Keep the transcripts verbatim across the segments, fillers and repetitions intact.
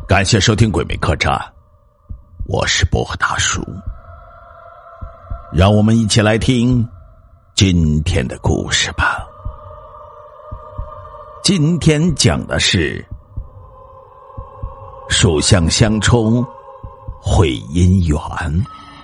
感谢收听鬼魅客栈，我是薄荷大叔。让我们一起来听今天的故事吧。今天讲的是属相相冲会姻缘。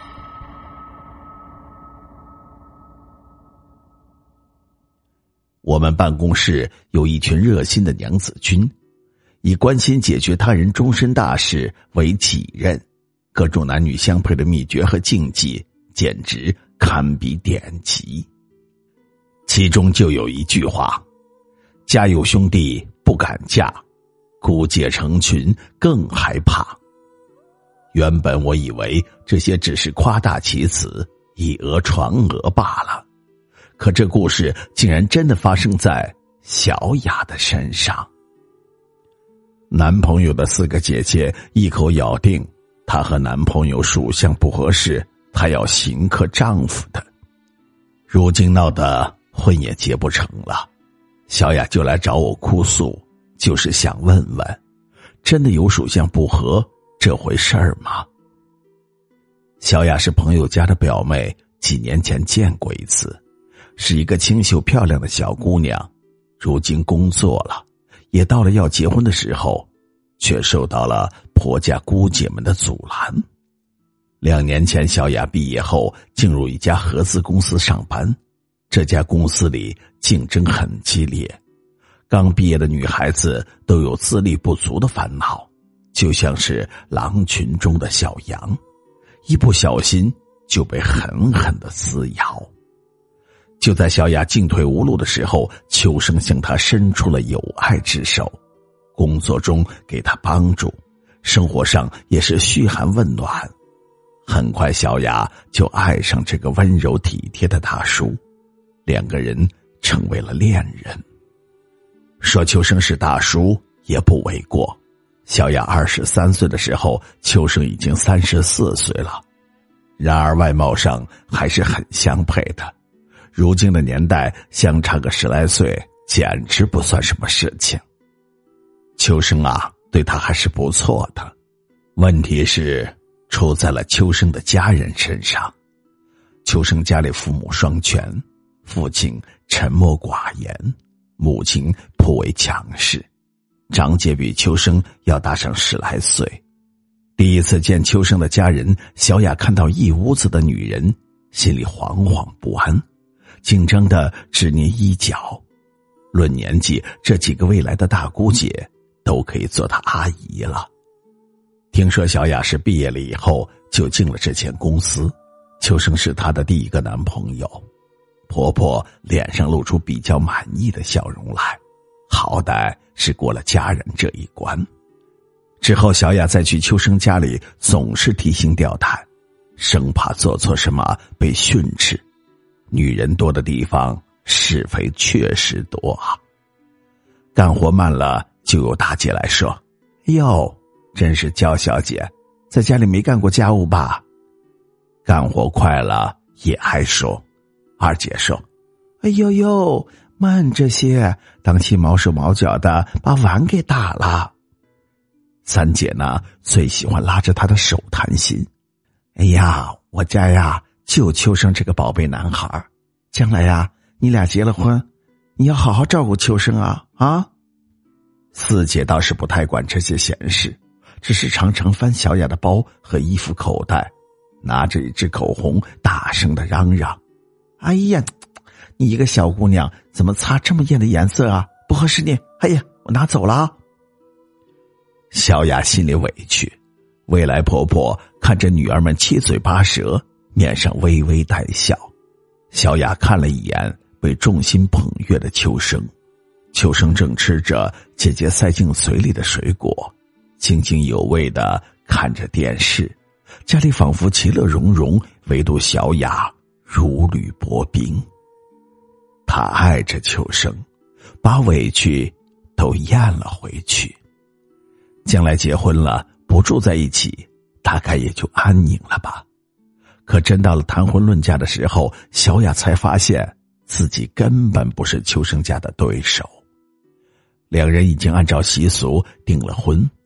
我们办公室有一群热心的娘子军，以关心解决他人终身大事为己任，各种男女相配的秘诀和禁忌简直堪比典籍。其中就有一句话：家有兄弟不敢嫁，姑姐成群更害怕。原本我以为这些只是夸大其词，以讹传讹罢了，可这故事竟然真的发生在小雅的身上。男朋友的四个姐姐一口咬定她和男朋友属相不合适，她要刑克丈夫的。如今闹得婚也结不成了，小雅就来找我哭诉，就是想问问，真的有属相不合这回事儿吗？小雅是朋友家的表妹，几年前见过一次，是一个清秀漂亮的小姑娘，如今工作了，也到了要结婚的时候，却受到了婆家姑姐们的阻拦。两年前小雅毕业后进入一家合资公司上班，这家公司里竞争很激烈，刚毕业的女孩子都有资历不足的烦恼，就像是狼群中的小羊，一不小心就被狠狠地撕咬。就在小雅进退无路的时候，秋生向她伸出了友爱之手，工作中给她帮助，生活上也是嘘寒问暖。很快小雅就爱上这个温柔体贴的大叔，两个人成为了恋人。说秋生是大叔也不为过，小雅二十三岁的时候，秋生已经三十四岁了，然而外貌上还是很相配的。如今的年代相差个十来岁简直不算什么事情。秋生啊，对他还是不错的，问题是出在了秋生的家人身上。秋生家里父母双全，父亲沉默寡言，母亲颇为强势，长姐比秋生要大上十来岁。第一次见秋生的家人，小雅看到一屋子的女人，心里惶惶不安，紧张的直捏衣角。论年纪，这几个未来的大姑姐都可以做她阿姨了。听说小雅是毕业了以后就进了这间公司，秋生是她的第一个男朋友。婆婆脸上露出比较满意的笑容来，好歹是过了家人这一关。之后小雅再去秋生家里，总是提心吊胆，生怕做错什么被训斥。女人多的地方是非确实多啊。干活慢了，就有大姐来说：哎呦，真是娇小姐，在家里没干过家务吧？干活快了也还说。二姐说：哎呦呦，慢这些，当心毛手毛脚的把碗给打了。三姐呢，最喜欢拉着她的手谈心。哎呀，我家呀就秋生这个宝贝男孩，将来呀你俩结了婚，你要好好照顾秋生啊啊！四姐倒是不太管这些闲事，只是常常翻小雅的包和衣服口袋，拿着一支口红大声的嚷嚷：哎呀，你一个小姑娘怎么擦这么艳的颜色啊，不合适你，哎呀，我拿走了啊！小雅心里委屈，未来婆婆看着女儿们七嘴八舌，面上微微带笑。小雅看了一眼被众星捧月的秋生，秋生正吃着姐姐塞进嘴里的水果，津津有味地看着电视，家里仿佛其乐融融，唯独小雅如履薄冰。她爱着秋生，把委屈都咽了回去。将来结婚了，不住在一起，大概也就安宁了吧。可真到了谈婚论嫁的时候，小雅才发现自己根本不是秋生家的对手。两人已经按照习俗订了婚，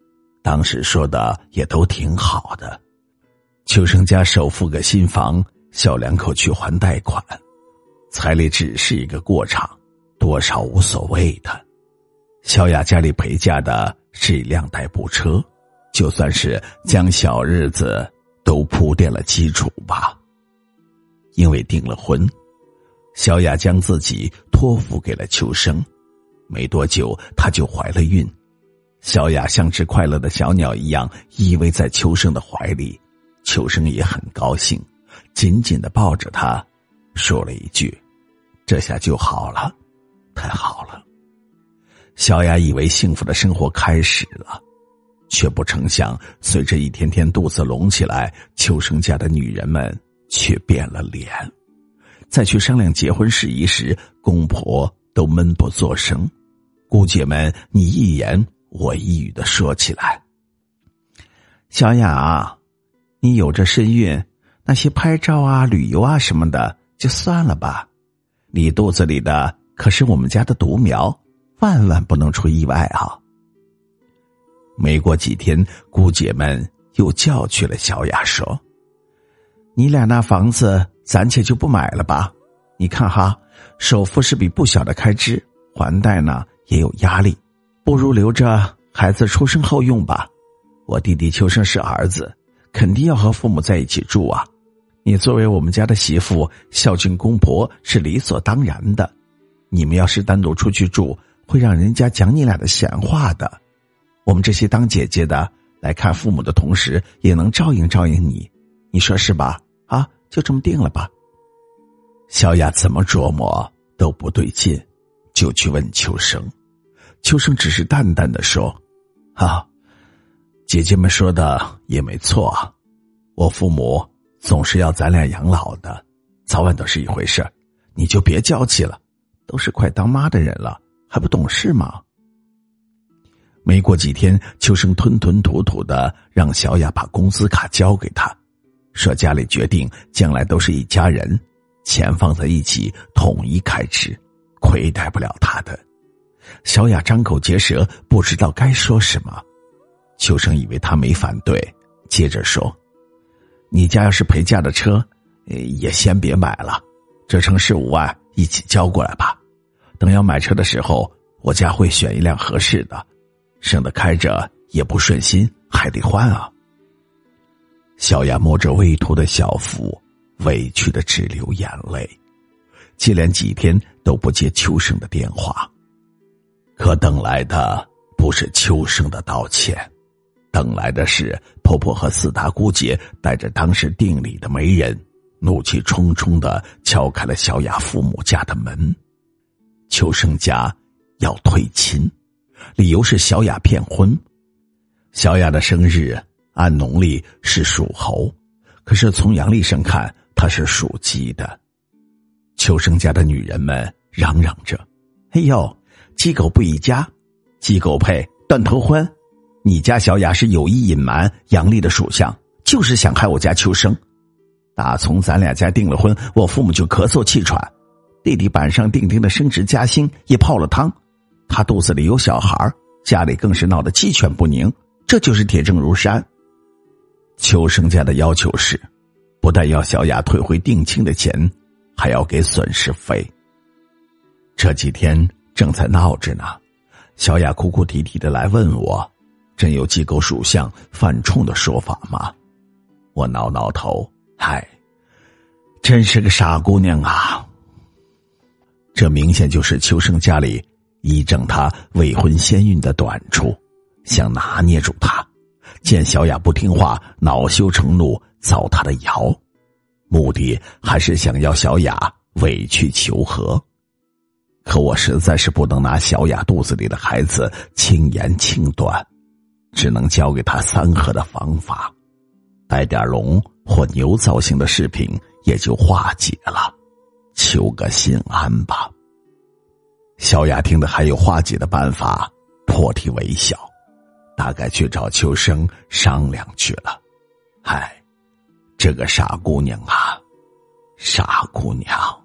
当时说的也都挺好的。秋生家首付个新房，小两口去还贷款，彩礼只是一个过场，多少无所谓的。小雅家里陪嫁的是一辆代步车，就算是将小日子都铺垫了基础吧。因为订了婚，小雅将自己托付给了秋生，没多久她就怀了孕。小雅像只快乐的小鸟一样依偎在秋生的怀里，秋生也很高兴，紧紧地抱着她，说了一句：这下就好了，太好了。小雅以为幸福的生活开始了，却不成想随着一天天肚子隆起来，秋生家的女人们却变了脸。在去商量结婚事宜时，公婆都闷不作声，姑姐们你一言我一语地说起来：小雅，你有着身孕，那些拍照啊旅游啊什么的就算了吧，你肚子里的可是我们家的独苗，万万不能出意外啊。没过几天，姑姐们又叫去了小雅，说：你俩那房子暂且就不买了吧，你看哈，首付是笔不小的开支，还贷呢也有压力，不如留着孩子出生后用吧。我弟弟秋生是儿子，肯定要和父母在一起住啊，你作为我们家的媳妇，孝敬公婆是理所当然的，你们要是单独出去住，会让人家讲你俩的闲话的。我们这些当姐姐的来看父母的同时，也能照应照应你，你说是吧？啊，就这么定了吧。小雅怎么琢磨都不对劲，就去问秋生。秋生只是淡淡的说：啊，姐姐们说的也没错啊，我父母总是要咱俩养老的，早晚都是一回事，你就别娇气了，都是快当妈的人了，还不懂事吗？没过几天，秋生吞吞吐吐的让小雅把工资卡交给他，说家里决定将来都是一家人，钱放在一起统一开支，亏待不了他的。小雅张口结舌，不知道该说什么。秋生以为他没反对，接着说：你家要是陪嫁的车，也先别买了，折成十五万一起交过来吧，等要买车的时候，我家会选一辆合适的，省得开着也不顺心，还得换啊。小雅摸着未涂的小腹，委屈的直流眼泪，接连几天都不接秋生的电话。可等来的不是秋生的道歉，等来的是婆婆和四大姑姐带着当时定礼的媒人，怒气冲冲的敲开了小雅父母家的门。秋生家要退亲，理由是小雅骗婚。小雅的生日按农历是属猴，可是从阳历上看她是属鸡的。秋生家的女人们嚷嚷着：哎呦，鸡狗不一家，鸡狗配断头婚，你家小雅是有意隐瞒阳历的属相，就是想害我家秋生。打从咱俩家订了婚，我父母就咳嗽气喘，弟弟板上钉钉的升职加薪也泡了汤，他肚子里有小孩，家里更是闹得鸡犬不宁，这就是铁证如山。秋生家的要求是，不但要小雅退回定亲的钱，还要给损失费。这几天正在闹着呢，小雅哭哭啼啼的来问我，真有鸡狗属相犯冲的说法吗？我挠挠头，嗨，真是个傻姑娘啊。这明显就是秋生家里依仗她未婚先孕的短处，想拿捏住她，见小雅不听话，恼羞成怒，造她的谣，目的还是想要小雅委曲求和。可我实在是不能拿小雅肚子里的孩子轻言轻断，只能教给她三合的方法，带点龙或牛造型的饰品也就化解了，求个心安吧。小雅听的还有化解的办法，破涕为笑，大概去找秋生商量去了。唉，这个傻姑娘啊，傻姑娘。